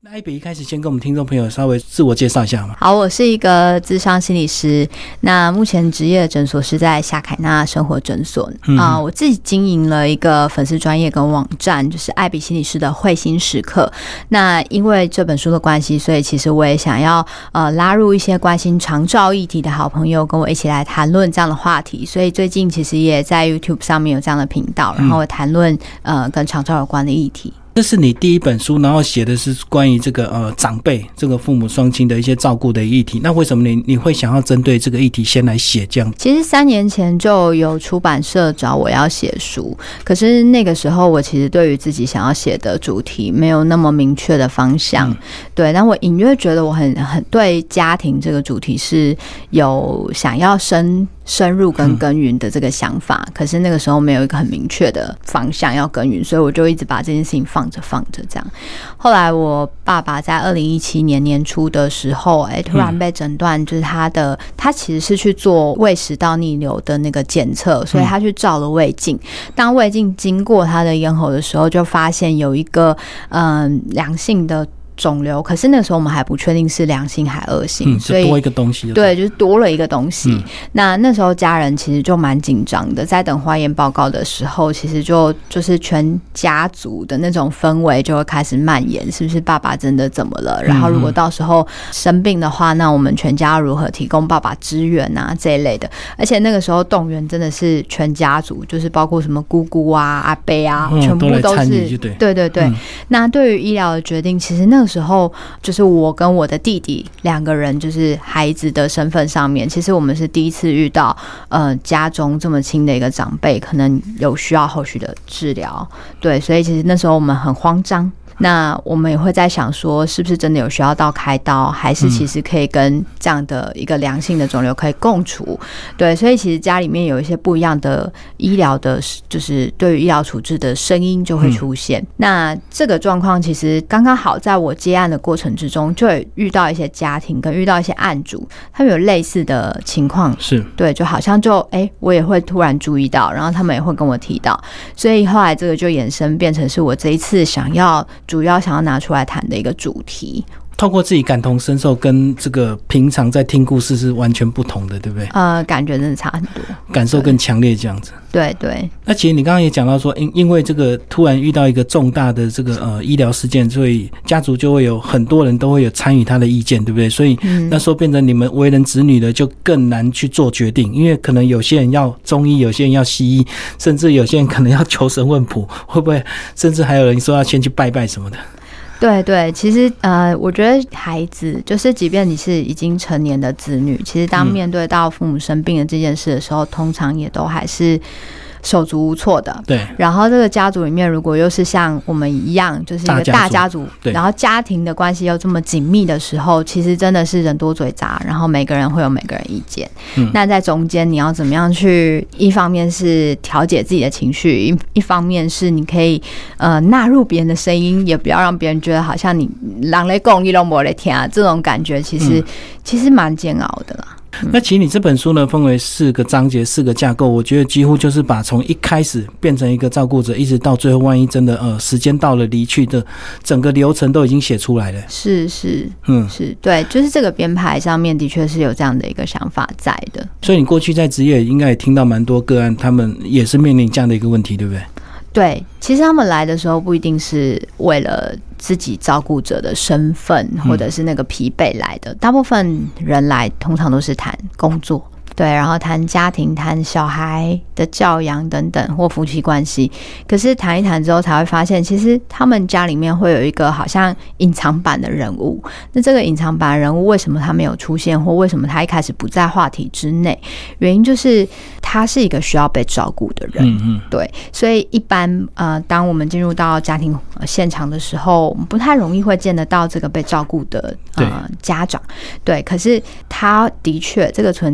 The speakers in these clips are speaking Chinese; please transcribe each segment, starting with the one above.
那艾比一开始先跟我们听众朋友稍微自我介绍一下嘛。 好，我是一个諮商心理师，那目前职业的诊所是在夏凯纳生活诊所我自己经营了一个粉丝专页跟网站，就是艾比心理师的会心时刻。那因为这本书的关系，所以其实我也想要拉入一些关心长照议题的好朋友，跟我一起来谈论这样的话题。所以最近其实也在 YouTube 上面有这样的频道，然后我谈论跟长照有关的议题。 这是你第一本书，然后写的是关于这个长辈这个父母双亲的一些照顾的议题。那为什么你会想要针对这个议题先来写这样？ 其实3年前就有出版社找我要写书，可是那个时候我其实对于自己想要写的主题没有那么明确的方向。对，但我隐约觉得我很对家庭这个主题是有想要深入跟耕耘的这个想法，可是那个时候没有一个很明确的方向要耕耘，所以我就一直把这件事情放着这样。后来我爸爸在2017年年初的时候突然被诊断，就是他其实是去做胃食道逆流的那个检测，所以他去照了胃镜。当胃镜经过他的咽喉的时候，就发现有一个良性的肿瘤，可是那个时候我们还不确定是良性还恶性，所以多一个东西。 对，就是多了一个东西。那时候家人其实就蛮紧张的，在等化验报告的时候，其实就是全家族的那种氛围就会开始蔓延，是不是爸爸真的怎么了？然后如果到时候生病的话，那我们全家要如何提供爸爸支援啊这一类的。而且那个时候动员真的是全家族，就是包括什么姑姑啊、阿伯啊，全部都是对。那对于医疗的决定，其实那个时候就是我跟我的弟弟2个人，就是孩子的身份上面，其实我们是第一次遇到家中这么亲的一个长辈可能有需要后续的治疗。对，所以其实那时候我们很慌张。那我们也会在想说，是不是真的有需要到开刀，还是其实可以跟这样的一个良性的肿瘤可以共处。对，所以其实家里面有一些不一样的医疗的，就是对于医疗处置的声音就会出现。那这个状况其实刚刚好在我接案的过程之中，就有遇到一些家庭跟遇到一些案主，他们有类似的情况。 是， 对，就好像就我也会突然注意到，然后他们也会跟我提到，所以后来这个就衍生变成是我这一次主要想要拿出来谈的一个主题。 透过自己感同身受，跟这个平常在听故事是完全不同的，对不对？ 感觉真的差很多， 感受更强烈这样子。 对。 那其实你刚刚也讲到说，因为这个突然遇到一个重大的这个医疗事件，所以家族就会有很多人都会有参与他的意见，对不对？所以那时候变成你们为人子女的就更难去做决定，因为可能有些人要中医，有些人要西医，甚至有些人可能要求神问卜，会不会甚至还有人说要先去拜拜什么的。 对，其实我觉得孩子就是即便你是已经成年的子女，其实当面对到父母生病的这件事的时候，通常也都还是手足无措的。 对。 然后这个家族里面如果又是像我们一样就是一个大家族，然后家庭的关系又这么紧密的时候，其实真的是人多嘴杂，然后每个人会有每个人意见。那在中间你要怎么样去，一方面是调节自己的情绪，一方面是你可以纳入别人的声音，也不要让别人觉得好像你人在讲你都没在听这种感觉，其实蛮煎熬的啦。 那其实你这本书呢分为4个章节4个架构，我觉得几乎就是把从一开始变成一个照顾者，一直到最后万一真的时间到了离去的整个流程都已经写出来了。是，对，就是这个编排上面的确是有这样的一个想法在的。所以你过去在职业应该也听到蛮多个案，他们也是面临这样的一个问题，对不对？对，其实他们来的时候不一定是为了自己照顾者的身份或者是那个疲惫来的，大部分人来通常都是谈工作，对，然后谈家庭、谈小孩的教养等等，或夫妻关系。可是谈一谈之后才会发现，其实他们家里面会有一个好像隐藏版的人物。那这个隐藏版的人物为什么他没有出现，或为什么他一开始不在话题之内？原因就是他是一个需要被照顾的人。对，所以一般当我们进入到家庭现场的时候，我们不太容易会见得到这个被照顾的家长。对，可是他的确这个存在会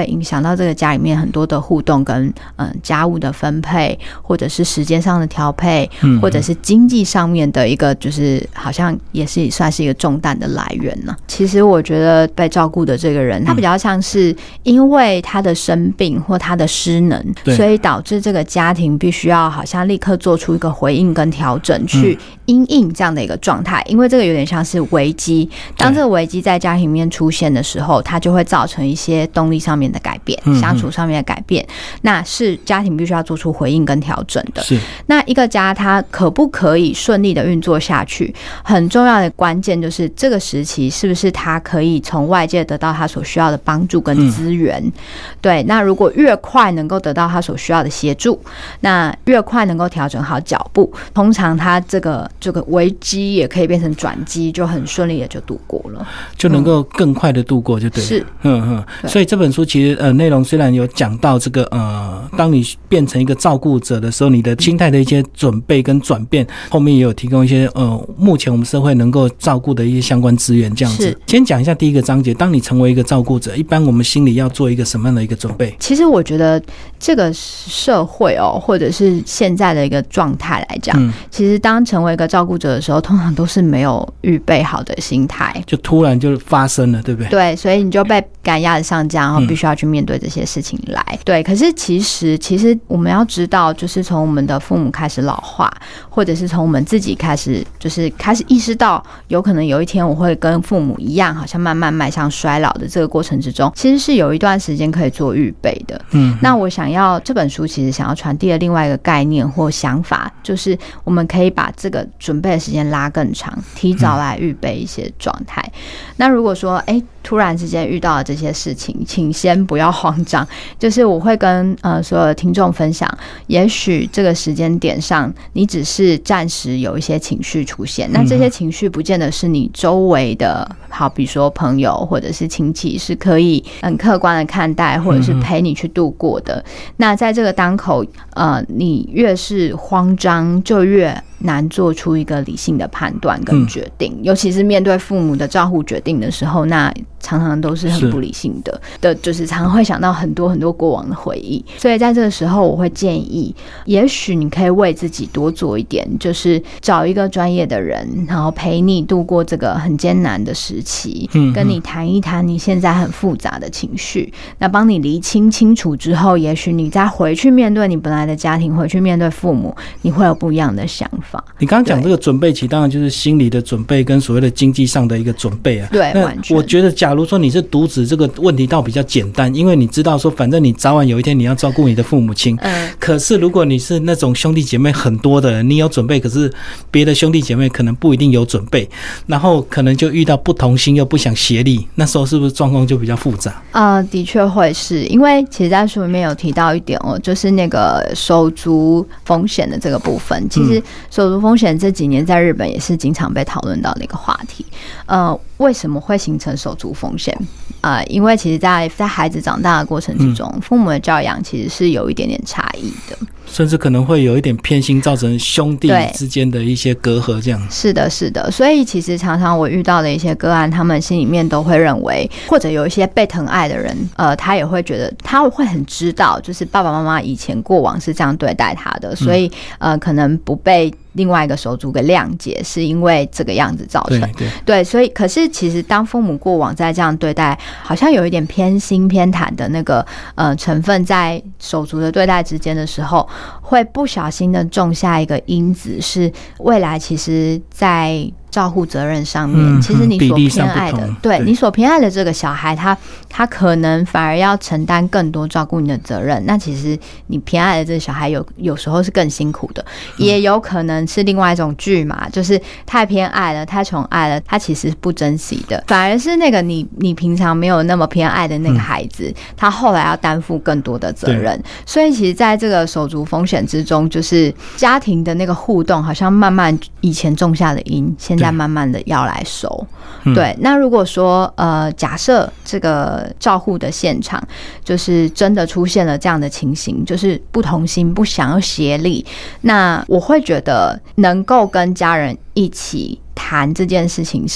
影响到这个家里面很多的互动跟家务的分配，或者是时间上的调配，或者是经济上面的一个就是好像也是算是一个重担的来源呢。其实我觉得被照顾的这个人，他比较像是因为他的生病或他的失能，所以导致这个家庭必须要好像立刻做出一个回应跟调整，去因应这样的一个状态。因为这个有点像是危机，当这个危机在家庭里面出现的时候，它就会造成一些动力上面的改变，相处上面的改变，那是家庭必须要做出回应跟调整的。是，那一个家它可不可以顺利的运作下去，很重要的关键就是这个时期是不是他可以从外界得到他所需要的帮助跟资源。对，那如果越快能够得到他所需要的协助，那越快能够调整好脚步，通常他这个危机也可以变成转机，就很顺利的就度过了， 就能够更快的度过就对了。 是， 所以这本书其实内容虽然有讲到这个当你变成一个照顾者的时候，你的心态的一些准备跟转变，后面也有提供一些目前我们社会能够照顾的一些相关资源这样子。先讲一下第一个章节，当你成为一个照顾者，一般我们心里要做一个什么样的一个准备？ 其实我觉得这个社会或者是现在的一个状态来讲，其实当成为一个照顾者的时候，通常都是没有预备好的心态， 就突然就发生了，对不对？ 对，所以你就被赶鸭子上架，然后必须要去面对这些事情来。对，可是其实我们要知道，就是从我们的父母开始老化，或者是从我们自己开始，就是开始意识到有可能有一天我会跟父母一样，好像慢慢迈向衰老的这个过程之中，其实是有一段时间可以做预备的。那我想要这本书其实想要传递的另外一个概念或想法，就是我们可以把这个准备的时间拉更长，提早来预备一些状态。那如果说突然之间遇到了这些事情，请先不要慌张，就是我会跟所有的听众分享，也许这个时间点上你只是暂时有一些情绪出现，那这些情绪不见得是你周围的好比说朋友或者是亲戚是可以很客观的看待或者是陪你去度过的。那在这个当口你越是慌张就越难做出一个理性的判断跟决定，尤其是面对父母的照护决定的时候，那常常都是很不理性的就是常常会想到很多很多过往的回忆。所以在这个时候我会建议，也许你可以为自己多做一点，就是找一个专业的人，然后陪你度过这个很艰难的时期，跟你谈一谈你现在很复杂的情绪，那帮你厘清清楚之后，也许你再回去面对你本来的家庭，回去面对父母，你会有不一样的想法。 你刚刚讲这个准备期，当然就是心理的准备跟所谓的经济上的一个准备啊。 对，完全。 我觉得假如说你是独子，这个问题倒比较简单，因为你知道说反正你早晚有一天你要照顾你的父母亲。可是如果你是那种兄弟姐妹很多的人，你有准备，可是别的兄弟姐妹可能不一定有准备，然后可能就遇到不同心又不想协力，那时候是不是状况就比较复杂？ 的确会是，因为其实在书里面有提到一点就是那个手足风险的这个部分。其实手足风险这几年在日本也是经常被讨论到的一个话题。为什么会形成手足风险？因为其实在孩子长大的过程之中，父母的教养其实是有一点点差异的， 甚至可能会有一点偏心，造成兄弟之间的一些隔阂这样。 是的，是的。所以其实常常我遇到的一些个案，他们心里面都会认为，或者有一些被疼爱的人，他也会觉得，他会很知道，就是爸爸妈妈以前过往是这样对待他的，所以可能不被另外一个手足给谅解，是因为这个样子造成。对，所以可是其实当父母过往在这样对待，好像有一点偏心偏袒的那个成分在手足的对待之间的时候，会不小心的种下一个因子，是未来其实在照护责任上面，其实你所偏爱的，对你所偏爱的这个小孩，他可能反而要承担更多照顾你的责任。那其实你偏爱的这个小孩有时候是更辛苦的，也有可能是另外一种剧嘛，就是太偏爱了，太宠爱了，他其实不珍惜的，反而是那个你平常没有那么偏爱的那个孩子，他后来要担负更多的责任。所以其实在这个手足风险之中，就是家庭的那个互动好像慢慢以前种下的因，现在慢慢的要来收。对，那如果说假设这个照护的现场就是真的出现了这样的情形，就是不同心不想要协力，那我会觉得能够跟家人一起谈这件事情是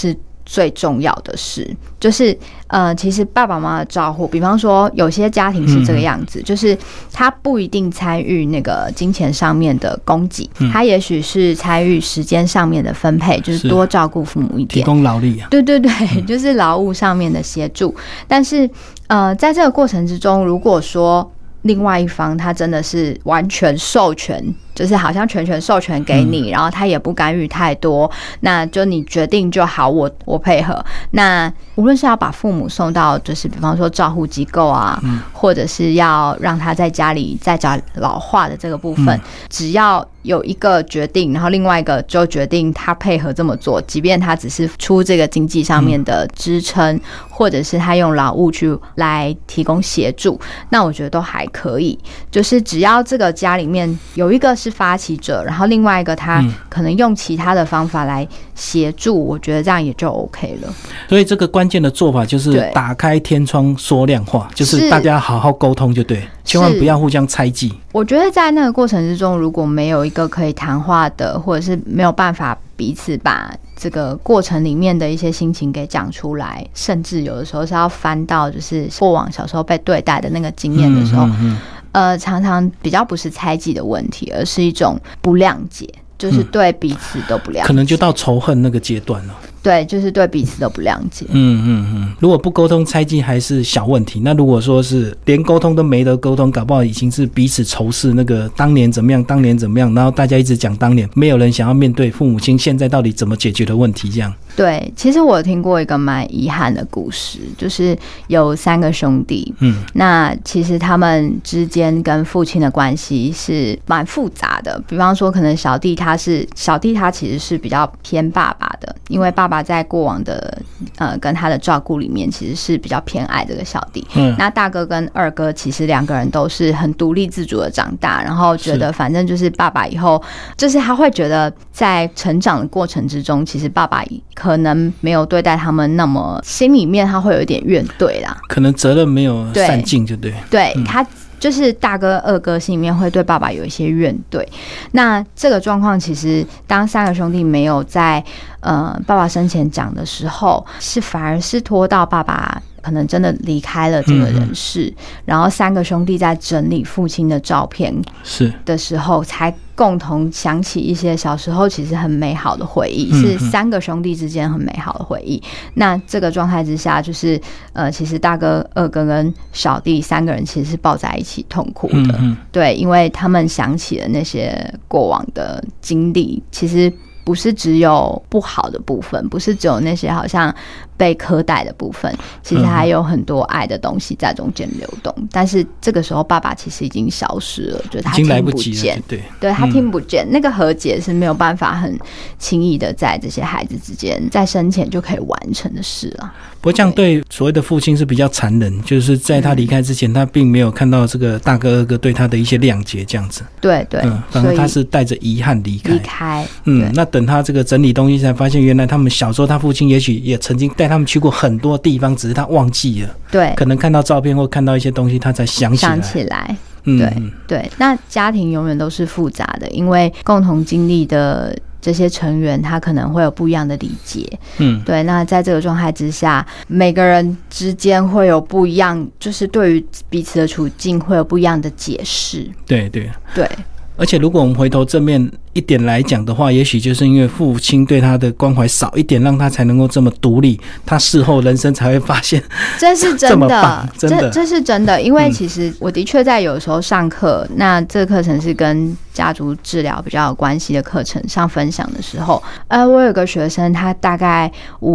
最重要的事，就是其实爸爸妈妈的照顾，比方说有些家庭是这个样子，就是他不一定参与那个金钱上面的供给，他也许是参与时间上面的分配，就是多照顾父母一点， 提供劳力啊， 对对对，就是劳务上面的协助。但是在这个过程之中，如果说另外一方他真的是完全授权，就是好像全权授权给你，然后他也不干预太多，那就你决定就好，我配合。那无论是要把父母送到就是比方说照护机构啊，或者是要让他在家里在家老化的这个部分，只要有一个决定，然后另外一个就决定他配合这么做，即便他只是出这个经济上面的支撑，或者是他用劳务去来提供协助，那我觉得都还可以。就是只要这个家里面有一个是发起者，然后另外一个他可能用其他的方法来协助，我觉得这样也就 OK 了。 所以这个关键的做法就是打开天窗说亮话，就是大家好好沟通就对，千万不要互相猜忌。 我觉得在那个过程之中，如果没有一个可以谈话的，或者是没有办法彼此把这个过程里面的一些心情给讲出来，甚至有的时候是要翻到就是过往小时候被对待的那个经验的时候，常常比较不是猜忌的问题，而是一种不谅解，就是对彼此都不谅解， 可能就到仇恨那个阶段了。 对，就是对彼此都不谅解。 如果不沟通，猜忌还是小问题。那如果说是连沟通都没得沟通，搞不好已经是彼此仇视那个当年怎么样，当年怎么样，然后大家一直讲当年，没有人想要面对父母亲现在到底怎么解决的问题。这样。 对，其实我听过一个蛮遗憾的故事，就是有3个兄弟，那其实他们之间跟父亲的关系是蛮复杂的。比方说，可能小弟他其实是比较偏爸爸的，因为爸爸在过往的跟他的照顾里面，其实是比较偏爱这个小弟。那大哥跟二哥其实2个人都是很独立自主的长大，然后觉得反正就是爸爸以后，就是他会觉得在成长的过程之中，其实爸爸可能没有对待他们那么，心里面他会有一点怨怼啦， 可能责任没有善尽，就对。 对，他就是大哥二哥心里面会对爸爸有一些怨怼。那这个状况其实当3个兄弟没有在爸爸生前讲的时候，反而是拖到爸爸可能真的离开了这个人世，然后3个兄弟在整理父亲的照片的时候，才共同想起一些小时候其实很美好的回忆，是3个兄弟之间很美好的回忆。那这个状态之下，就是其实大哥、二哥跟小弟3个人其实是抱在一起痛哭的，对，因为他们想起了那些过往的经历，其实不是只有不好的部分，不是只有那些好像被苛待的部分，其实还有很多爱的东西在中间流动。但是这个时候爸爸其实已经消失了，就是他听不见，对，他听不见，那个和解是没有办法很轻易的在这些孩子之间在生前就可以完成的事了。 不过这样对所谓的父亲是比较残忍，就是在他离开之前，他并没有看到这个大哥二哥对他的一些谅解，这样子。对，反正他是带着遗憾离开。那等他这个整理东西才发现，原来他们小时候他父亲也许也曾经带他们去过很多地方，只是他忘记了。对，可能看到照片或看到一些东西，他才想起来。对，那家庭永远都是复杂的，因为共同经历的这些成员他可能会有不一样的理解，对，那在这个状态之下，每个人之间会有不一样，就是对于彼此的处境会有不一样的解释。对，而且如果我们回头正面一点来讲的话，也许就是因为父亲对他的关怀少一点，让他才能够这么独立，他事后人生才会发现这是真的，这是真的。因为其实我的确在有时候上课，那这个课程是跟家族治疗比较有关系的课程上分享的时候，我有个学生，他大概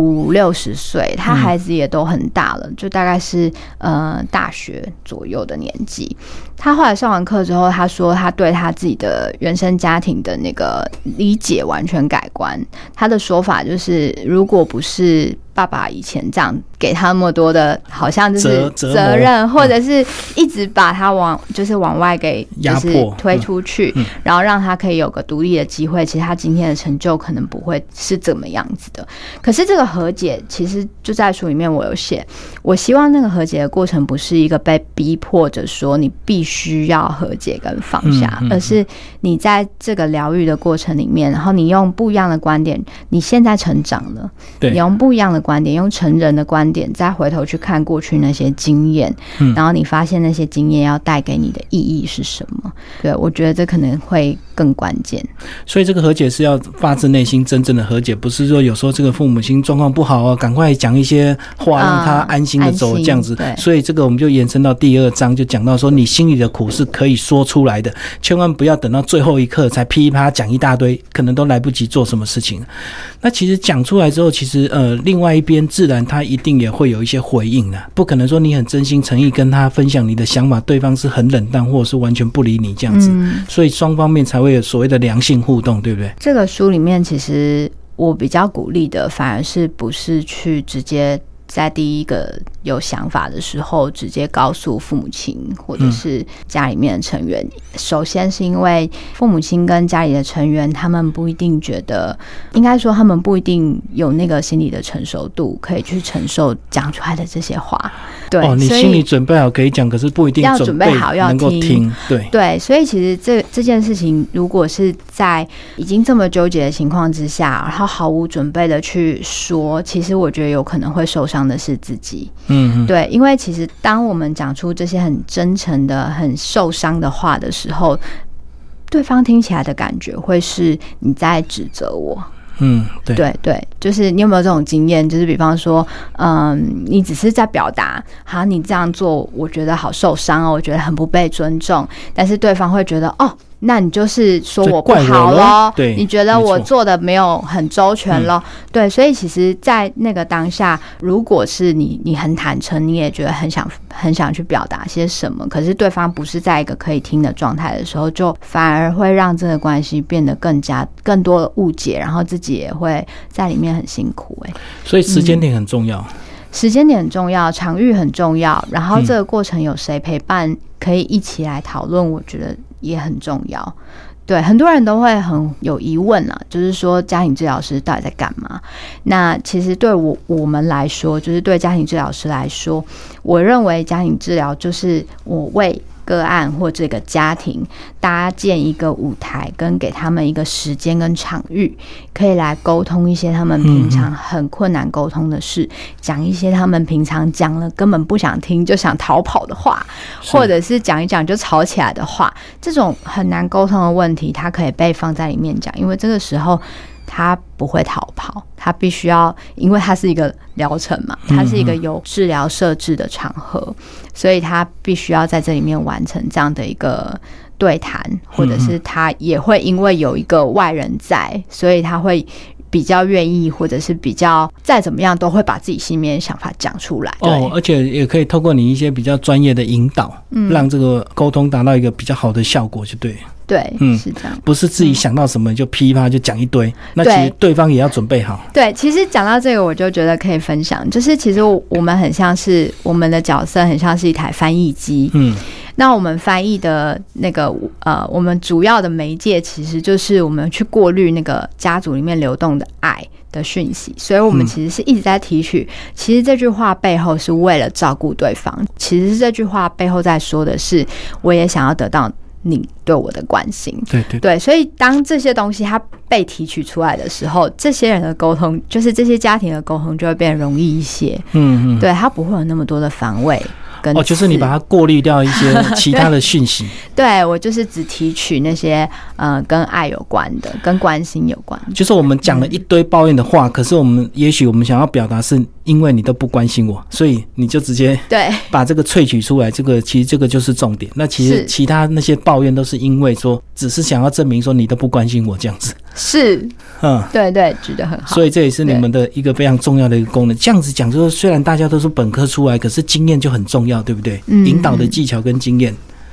50-60岁，他孩子也都很大了，就大概是大学左右的年纪。他后来上完课之后，他说他对他自己的原生家庭的那个理解完全改观。他的说法就是，如果不是爸爸以前这样给他那么多的，好像就是责任，或者是一直把他就是往外给就是推出去，然后让他可以有个独立的机会，其实他今天的成就可能不会是怎么样子的。可是这个和解其实就在书里面我有写，我希望那个和解的过程不是一个被逼迫着说你必须要和解跟放下，而是你在这个疗愈的过程里面，然后你用不一样的观点，你现在成长了，你用不一样的观点，用成人的观点再回头去看过去那些经验，然后你发现那些经验要带给你的意义是什么。对，我觉得这可能会更关键。 所以这个和解是要发自内心真正的和解，不是说有时候这个父母亲状况不好啊，赶快讲一些话让他安心的走这样子。所以这个我们就延伸到第2章，就讲到说你心里的苦是可以说出来的，千万不要等到最后一刻才噼啪讲一大堆，可能都来不及做什么事情。那其实讲出来之后，其实另外一边自然他一定也会有一些回应的，不可能说你很真心诚意跟他分享你的想法，对方是很冷淡或者是完全不理你这样子，所以双方面才会有所谓的良性互动，对不对？ 这个书里面其实我比较鼓励的反而是不是去直接在第一个有想法的时候直接告诉父母亲或者是家里面的成员，首先是因为父母亲跟家里的成员他们不一定觉得，应该说他们不一定有那个心理的成熟度可以去承受讲出来的这些话。对， 你心里准备好可以讲，可是不一定要准备好要能够听。 对，所以其实这件事情如果是在已经这么纠结的情况之下，然后毫无准备的去说，其实我觉得有可能会受伤的是自己。对，因为其实当我们讲出这些很真诚的很受伤的话的时候，对方听起来的感觉会是你在指责我。对，就是你有没有这种经验，就是比方说你只是在表达好你这样做我觉得好受伤哦，我觉得很不被尊重，但是对方会觉得那你就是说我不好咯，你觉得我做的没有很周全咯。对，所以其实在那个当下，如果是你很坦诚，你也觉得很想去表达些什么，可是对方不是在一个可以听的状态的时候，就反而会让这个关系变得更多的误解，然后自己也会在里面很辛苦。 所以时间点很重要。 时间点很重要，场域很重要，然后这个过程有谁陪伴可以一起来讨论，我觉得也很重要。对，很多人都会很有疑问啦，就是说家庭治疗师到底在干嘛？那其实对我们来说，就是对家庭治疗师来说，我认为家庭治疗就是我为个案或这个家庭搭建一个舞台，跟给他们一个时间跟场域，可以来沟通一些他们平常很困难沟通的事，讲一些他们平常讲了根本不想听就想逃跑的话，或者是讲一讲就吵起来的话，这种很难沟通的问题，它可以被放在里面讲，因为这个时候他不会逃跑，他必须要，因为它是一个疗程嘛，它是一个有治疗设置的场合，所以他必须要在这里面完成这样的一个对谈，或者是他也会因为有一个外人在，所以他会比较愿意，或者是比较再怎么样都会把自己心里面的想法讲出来。 而且也可以透过你一些比较专业的引导，让这个沟通达到一个比较好的效果，就对。 对，是这样， 不是自己想到什么就噼啪就讲一堆，那其实对方也要准备好。 对，其实讲到这个，我就觉得可以分享，就是其实我们很像是我们的角色，很像是一台翻译机。那我们翻译的那个我们主要的媒介，其实就是我们去过滤那个家族里面流动的爱的讯息，所以我们其实是一直在提取，其实这句话背后是为了照顾对方，其实这句话背后在说的是，我也想要得到你对我的关心。对，所以当这些东西它被提取出来的时候，这些人的沟通，就是这些家庭的沟通就会变得容易一些。对，它不会有那么多的防卫。 就是你把它过滤掉一些其他的讯息。 对，我就是只提取那些跟爱有关的，跟关心有关的。 就是我们讲了一堆抱怨的话，可是也许我们想要表达是因为你都不关心我，所以你就直接把这个萃取出来，其实这个就是重点。那其实其他那些抱怨都是因为说只是想要证明说你都不关心我这样子。是，对，举得很好。所以这也是你们的一个非常重要的一个功能。这样子讲，就是虽然大家都是本科出来，可是经验就很重要，对不对？引导的技巧跟经验。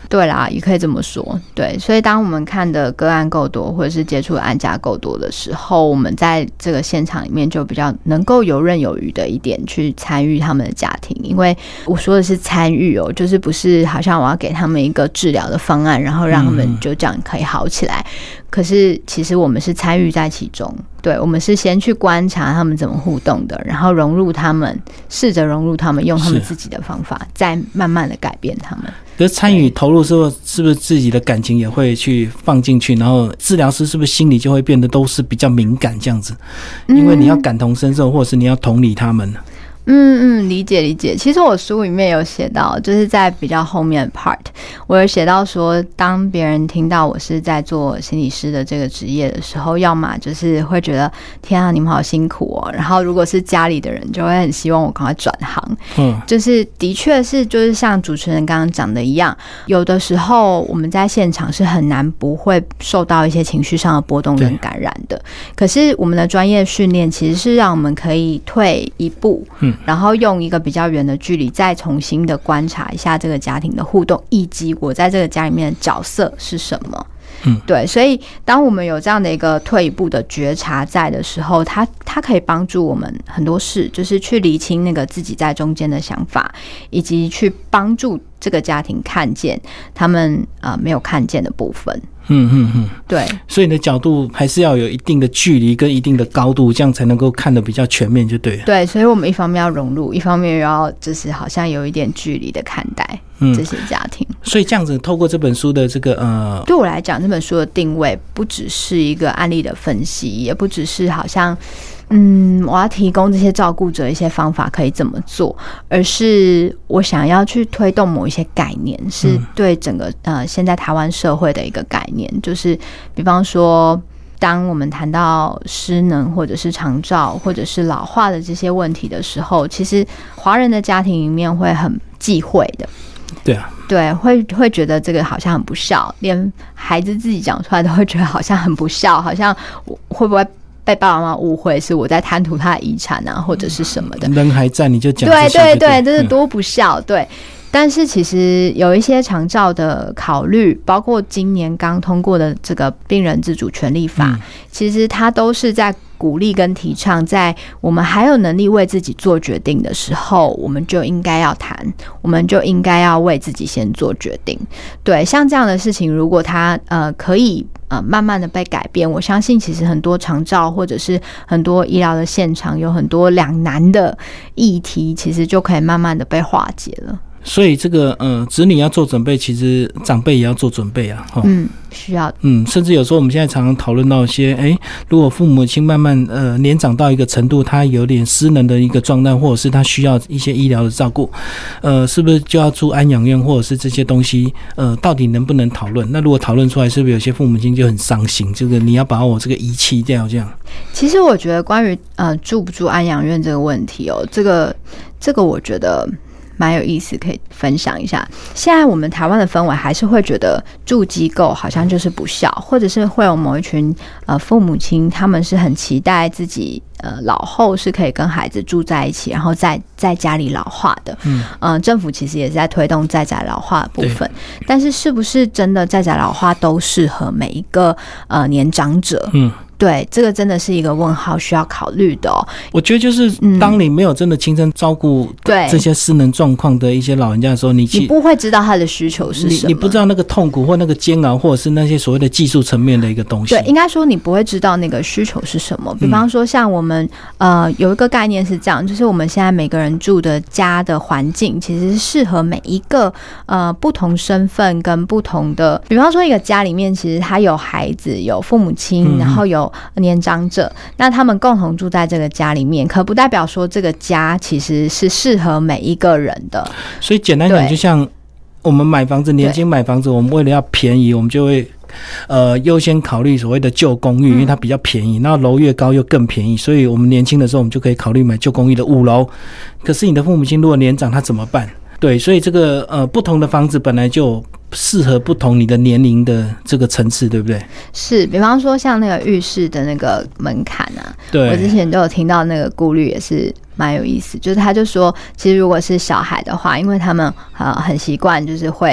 对啦，也可以这么说。对，所以当我们看的个案够多，或者是接触的案家够多的时候，我们在这个现场里面就比较能够游刃有余的一点去参与他们的家庭。因为我说的是参与哦，就是不是好像我要给他们一个治疗的方案，然后让他们就这样可以好起来。可是其实我们是参与在其中，对，我们是先去观察他们怎么互动的，然后融入他们，试着融入他们，用他们自己的方法，再慢慢的改变他们。 可是参与投入是不是自己的感情也会去放进去，然后治疗师是不是心里就会变得都是比较敏感这样子？因为你要感同身受，或者是你要同理他们。 理解。其实我书里面有写到，就是在比较后面的 part， 我有写到说，当别人听到我是在做心理师的这个职业的时候，要么就是会觉得天啊，你们好辛苦哦，然后如果是家里的人，就会很希望我赶快转行。就是的确是，就是像主持人刚刚讲的一样，有的时候我们在现场是很难不会受到一些情绪上的波动跟感染的。可是我们的专业训练其实是让我们可以退一步。然后用一个比较远的距离再重新的观察一下这个家庭的互动，以及我在这个家里面的角色是什么。对，所以当我们有这样的一个退一步的觉察在的时候，它可以帮助我们很多事，就是去厘清那个自己在中间的想法，以及去帮助这个家庭看见他们没有看见的部分。对， 所以你的角度还是要有一定的距离跟一定的高度，这样才能够看得比较全面就对了。 对，所以我们一方面要融入，一方面又要就是好像有一点距离的看待这些家庭。 所以这样子透过这本书的这个对我来讲，这本书的定位不只是一个案例的分析，也不只是好像我要提供这些照顾者一些方法可以怎么做，而是我想要去推动某一些概念，是对整个现在台湾社会的一个概念，就是比方说当我们谈到失能或者是长照或者是老化的这些问题的时候，其实华人的家庭里面会很忌讳的。对，会觉得这个好像很不孝，连孩子自己讲出来都会觉得好像很不孝，好像会不会被爸爸妈妈误会是我在贪图他的遗产啊，或者是什么的。人还在你就讲对，这是多不孝。对，但是其实有一些长照的考虑，包括今年刚通过的这个病人自主权利法，其实它都是在鼓励跟提倡，在我们还有能力为自己做决定的时候，我们就应该要谈，我们就应该要为自己先做决定。对，像这样的事情，如果它可以慢慢的被改变，我相信其实很多长照或者是很多医疗的现场有很多两难的议题，其实就可以慢慢的被化解了。 所以这个子女要做准备，其实长辈也要做准备啊。 需要。 甚至有时候我们现在常常讨论到一些，如果父母亲慢慢年长到一个程度，他有点失能的一个状态，或者是他需要一些医疗的照顾，是不是就要住安养院，或者是这些东西，到底能不能讨论？那如果讨论出来，是不是有些父母亲就很伤心？这个你要把我这个遗弃掉，这样。 其实我觉得关于住不住安养院这个问题这个我觉得蛮有意思，可以分享一下。现在我们台湾的氛围还是会觉得住机构好像就是不孝，或者是会有某一群父母亲，他们是很期待自己老后是可以跟孩子住在一起，然后在家里老化的。政府其实也是在推动在宅老化的部分，但是不是真的在宅老化都适合每一个年长者？对，这个真的是一个问号，需要考虑的我觉得就是当你没有真的亲身照顾这些失能状况的一些老人家的时候，你不会知道他的需求是什么， 你不知道那个痛苦或那个煎熬，或者是那些所谓的技术层面的一个东西。 对，应该说你不会知道那个需求是什么。比方说像我们有一个概念是这样，就是我们现在每个人住的家的环境其实是适合每一个不同身份跟不同的，比方说一个家里面其实他有孩子，有父母亲，然后有年长者，那他们共同住在这个家里面，可不代表说这个家其实是适合每一个人的。 所以简单讲，就像我们买房子，年轻买房子，我们为了要便宜，我们就会优先考虑所谓的旧公寓，因为它比较便宜，然后楼越高又更便宜，所以我们年轻的时候我们就可以考虑买旧公寓的5楼。可是你的父母亲如果年长，他怎么办？对，所以这个不同的房子本来就适合不同你的年龄的这个层次，对不对？ 是，比方说像那个浴室的那个门槛啊，对，我之前都有听到那个顾虑，也是蛮有意思。就是他就说，其实如果是小孩的话，因为他们很习惯，就是会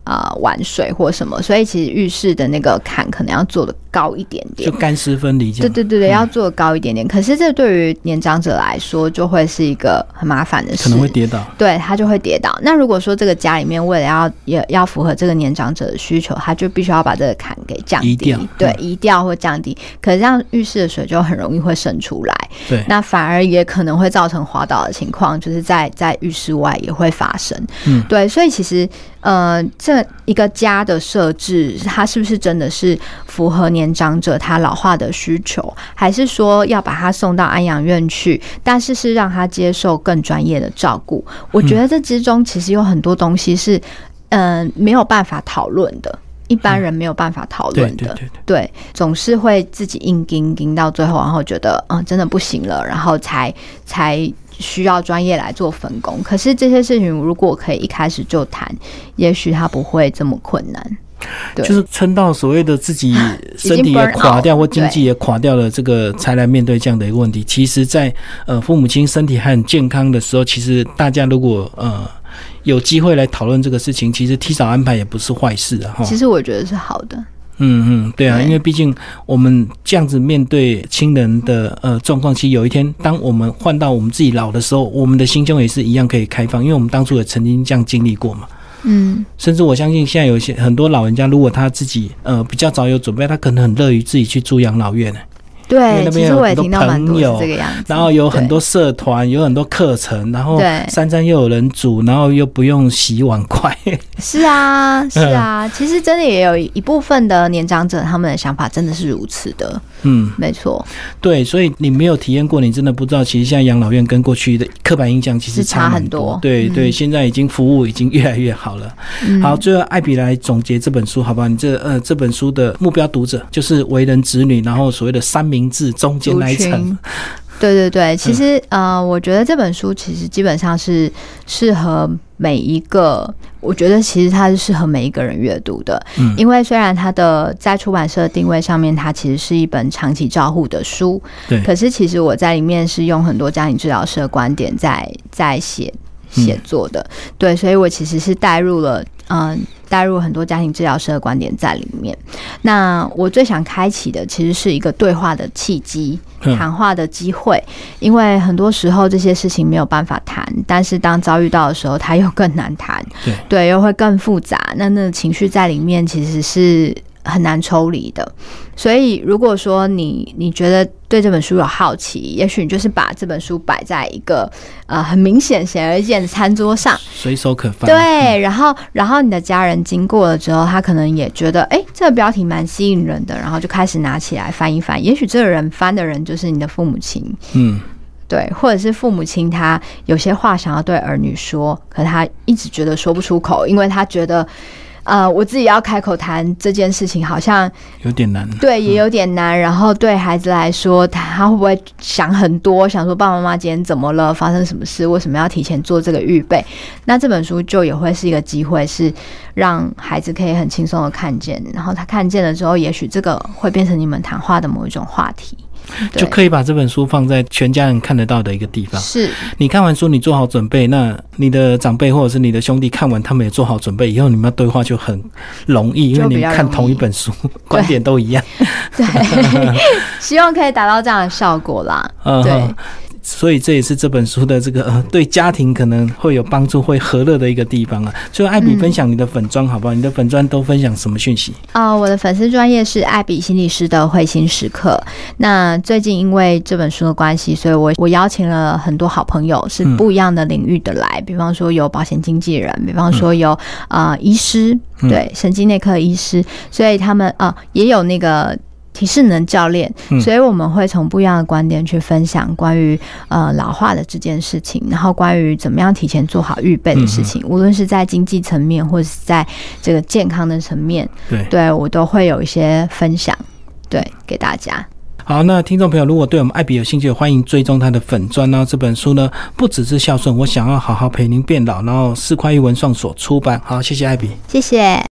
玩水或什么，所以其实浴室的那个坎可能要做的高一点点， 就干湿分离这样。 对，要做的高一点点。可是这对于年长者来说就会是一个很麻烦的事， 可能会跌倒。对， 他就会跌倒。那如果说这个家里面为了要符合这个年长者的需求，他就必须要把这个坎给降低，移掉或降低。可是这样浴室的水就很容易会渗出来，对，那反而也可能会造成滑倒的情况，就是在浴室外也会发生。对，所以其实这一个家的设置，它是不是真的是符合年长者他老化的需求，还是说要把他送到安养院去，但是让他接受更专业的照顾？我觉得这之中其实有很多东西是没有办法讨论的，一般人没有办法讨论的。对，总是会自己硬盯到最后，然后觉得真的不行了，然后才需要专业来做分工。可是这些事情如果可以一开始就谈，也许它不会这么困难。 就是撑到所谓的自己身体也垮掉或经济也垮掉了，这个才来面对这样的一个问题。其实在父母亲身体还很健康的时候，其实大家如果有机会来讨论这个事情，其实提早安排也不是坏事啊。 其实我觉得是好的。 对啊，因为毕竟我们这样子面对亲人的状况，其实有一天当我们换到我们自己老的时候，我们的心胸也是一样可以开放，因为我们当初也曾经这样经历过嘛。甚至我相信现在有很多老人家，如果他自己比较早有准备，他可能很乐于自己去住养老院。 对，其实我也听到蛮多是这个样子， 然后有很多社团，有很多课程，然后三餐又有人煮，然后又不用洗碗筷。 是啊，其实真的也有一部分的年长者，他们的想法真的是如此的。没错。对， 所以你没有体验过，你真的不知道，其实现在养老院跟过去的刻板印象其实差很多。对，现在已经服务已经越来越好了。好，最后艾比来总结这本书，好不好？你这本书的目标读者就是为人子女，然后所谓的三明治中间那一层。 对，其实我觉得这本书其实基本上是适合每一个，我觉得其实它是适合每一个人阅读的。因为虽然它的在出版社的定位上面，它其实是一本长期照护的书，对，可是其实我在里面是用很多家庭治疗师的观点在写作的。对，所以我其实是带入很多家庭治疗师的观点在里面。那我最想开启的其实是一个对话的契机，谈话的机会。因为很多时候这些事情没有办法谈，但是当遭遇到的时候，它又更难谈，对，又会更复杂。那情绪在里面其实是很难抽离的。所以如果说你觉得对这本书有好奇，也许你就是把这本书摆在一个很明显显而易见的餐桌上， 随手可翻。 对，然后你的家人经过了之后，他可能也觉得这个标题蛮吸引人的，然后就开始拿起来翻一翻。也许这个人翻的人就是你的父母亲。对，或者是父母亲他有些话想要对儿女说，可是他一直觉得说不出口，因为他觉得我自己要开口谈这件事情好像有点难。 对，也有点难。然后对孩子来说，他会不会想很多，想说爸爸妈妈今天怎么了，发生什么事，为什么要提前做这个预备？那这本书就也会是一个机会，是让孩子可以很轻松的看见，然后他看见了之后，也许这个会变成你们谈话的某一种话题。 就可以把这本书放在全家人看得到的一个地方。 是， 你看完书，你做好准备，那你的长辈或者是你的兄弟看完，他们也做好准备，以后你们要对话就很容易，因为你们看同一本书，观点都一样。 对，希望可以达到这样的效果啦。对。 所以这也是这本书的这个对家庭可能会有帮助、会和乐的一个地方啊。所以艾比分享你的粉专好不好？你的粉专都分享什么讯息？ 我的粉丝专页是艾比心理师的会心时刻。那最近因为这本书的关系，所以我邀请了很多好朋友，是不一样的领域的来，比方说有保险经纪人，比方说有医师，对，神经内科医师，所以他们也有那个体适能教练，所以我们会从不一样的观点去分享关于老化的这件事情，然后关于怎么样提前做好预备的事情，无论是在经济层面或者是在这个健康的层面，对我都会有一些分享，对，给大家。 好，那听众朋友如果对我们艾比有兴趣，欢迎追踪他的粉专。然后这本书呢，不只是孝顺，我想要好好陪您变老，然后4块1文创所出版。好，谢谢艾比， 谢谢。